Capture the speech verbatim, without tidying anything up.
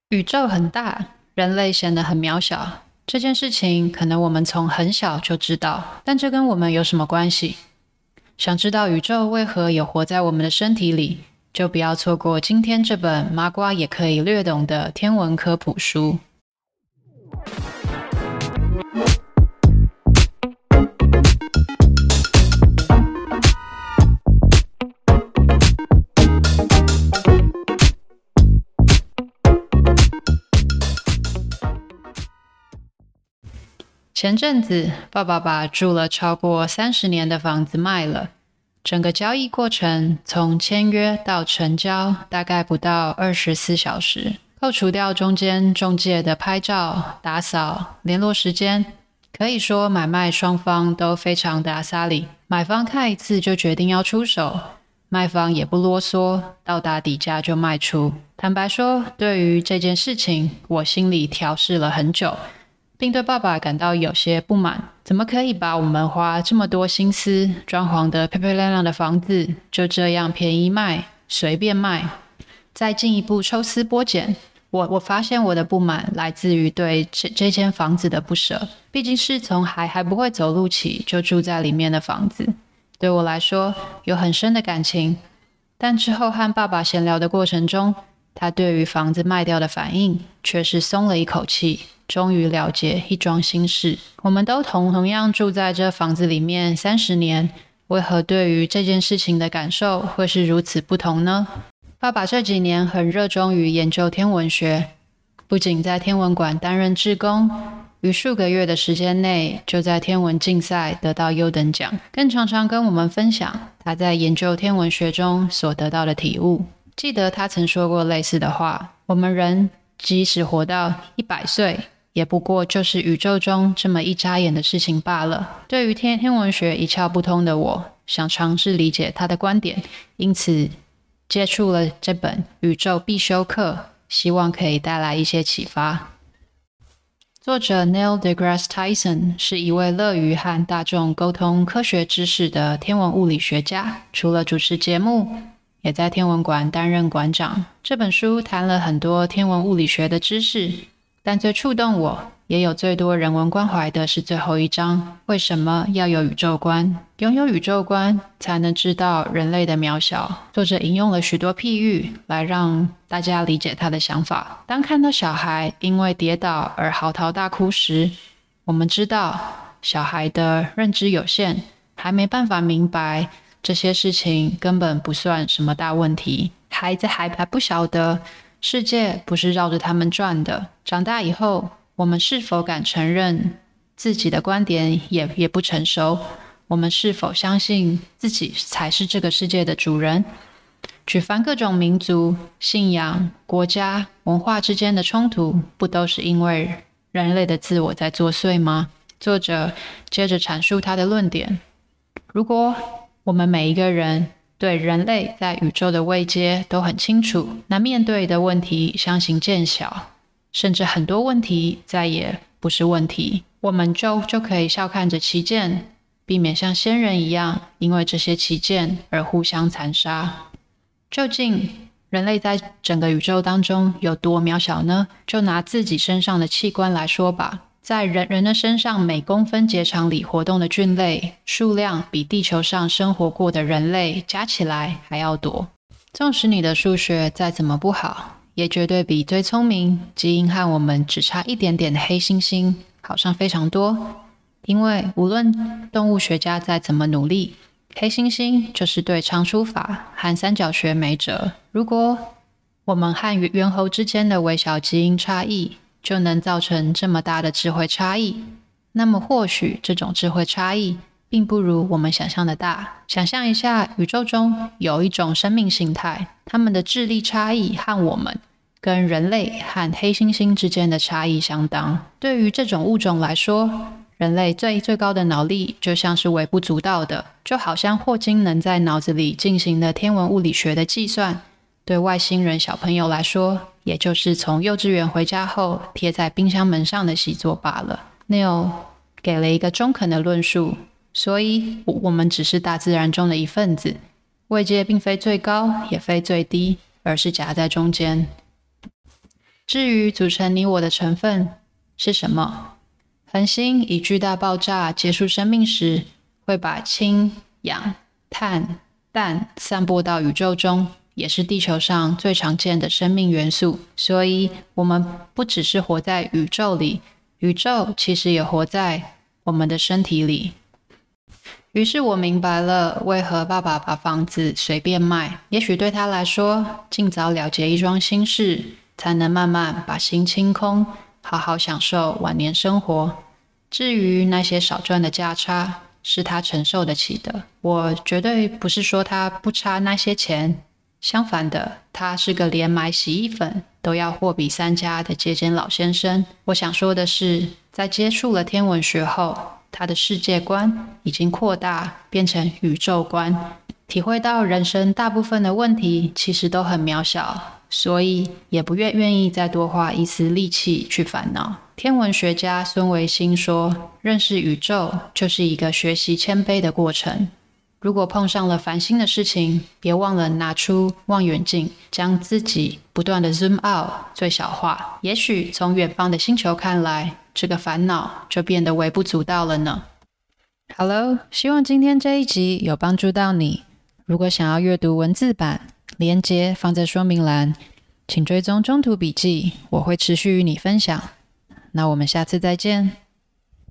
宇宙很大，人类显得很渺小。这件事情可能我们从很小就知道，但这跟我们有什么关系？想知道宇宙为何有活在我们的身体里，就不要错过今天这本麻瓜也可以略懂的天文科普书。前阵子，爸爸把住了超过三十年的房子卖了。整个交易过程从签约到成交大概不到二十四小时，扣除掉中间中介的拍照、打扫、联络时间，可以说买卖双方都非常的阿萨里。买方看一次就决定要出手，卖方也不啰嗦，到达底价就卖出。坦白说，对于这件事情，我心里调试了很久，并对爸爸感到有些不满，怎么可以把我们花这么多心思装潢的漂漂亮亮的房子就这样便宜卖，随便卖？再进一步抽丝剥茧，我我发现我的不满来自于对这这间房子的不舍，毕竟是从还还不会走路起就住在里面的房子，对我来说有很深的感情。但之后和爸爸闲聊的过程中，他对于房子卖掉的反应却是松了一口气，终于了解一桩心事。我们都同同样住在这房子里面三十年，为何对于这件事情的感受会是如此不同呢？爸爸这几年很热衷于研究天文学，不仅在天文馆担任志工，于数个月的时间内就在天文竞赛得到优等奖，更常常跟我们分享他在研究天文学中所得到的体悟。记得他曾说过类似的话，我们人即使活到一百岁，也不过就是宇宙中这么一眨眼的事情罢了。对于天天文学一窍不通的我，想尝试理解他的观点，因此接触了这本宇宙必修课，希望可以带来一些启发。作者 Neil deGrasse Tyson 是一位乐于和大众沟通科学知识的天文物理学家，除了主持节目，也在天文馆担任馆长。这本书谈了很多天文物理学的知识，但最触动我，也有最多人文关怀的是最后一章，为什么要有宇宙观？拥有宇宙观，才能知道人类的渺小。作者引用了许多譬喻，来让大家理解他的想法。当看到小孩因为跌倒而嚎啕大哭时，我们知道小孩的认知有限，还没办法明白这些事情根本不算什么大问题。孩子还还不晓得世界不是绕着他们转的。长大以后，我们是否敢承认自己的观点也也不成熟？我们是否相信自己才是这个世界的主人？举凡各种民族、信仰、国家、文化之间的冲突，不都是因为人类的自我在作祟吗？作者接着阐述他的论点：如果我们每一个人对人类在宇宙的位阶都很清楚，那面对的问题相形见小，甚至很多问题再也不是问题，我们就就可以笑看着旗舰，避免像先人一样因为这些旗舰而互相残杀。究竟人类在整个宇宙当中有多渺小呢？就拿自己身上的器官来说吧，在人人的身上每公分结肠里活动的菌类数量比地球上生活过的人类加起来还要多。纵使你的数学再怎么不好，也绝对比最聪明、基因和我们只差一点点的黑猩猩好上非常多。因为无论动物学家再怎么努力，黑猩猩就是对常数法和三角学没辙。如果我们和猿猴之间的微小基因差异就能造成这么大的智慧差异，那么或许这种智慧差异并不如我们想象的大。想象一下，宇宙中有一种生命形态，它们的智力差异和我们跟人类和黑猩猩之间的差异相当。对于这种物种来说，人类最最高的脑力就像是微不足道的，就好像霍金能在脑子里进行的天文物理学的计算，对外星人小朋友来说，也就是从幼稚园回家后贴在冰箱门上的习作罢了。Neil 给了一个中肯的论述，所以我们只是大自然中的一份子，位阶并非最高，也非最低，而是夹在中间。 至于组成你我的成分是什么，恒星以巨大爆炸结束生命时，会把氢、氧、碳、氮散播到宇宙中，也是地球上最常见的生命元素。所以我们不只是活在宇宙里，宇宙其实也活在我们的身体里。于是我明白了为何爸爸把房子随便卖，也许对他来说，尽早了结一桩心事，才能慢慢把心清空，好好享受晚年生活。至于那些少赚的价差，是他承受得起的。我绝对不是说他不差那些钱，相反的，他是个连买洗衣粉都要货比三家的节俭老先生。我想说的是，在接触了天文学后，他的世界观已经扩大变成宇宙观，体会到人生大部分的问题其实都很渺小，所以也不愿愿意再多花一丝力气去烦恼。天文学家孙维新说，认识宇宙就是一个学习谦卑的过程。如果碰上了烦心的事情，别忘了拿出望远镜，将自己不断的 zoom out 最小化，也许从远方的星球看来，这个烦恼就变得微不足道了呢。Hello， 希望今天这一集有帮助到你。如果想要阅读文字版，连结放在说明栏，请追踪中途笔记，我会持续与你分享。那我们下次再见。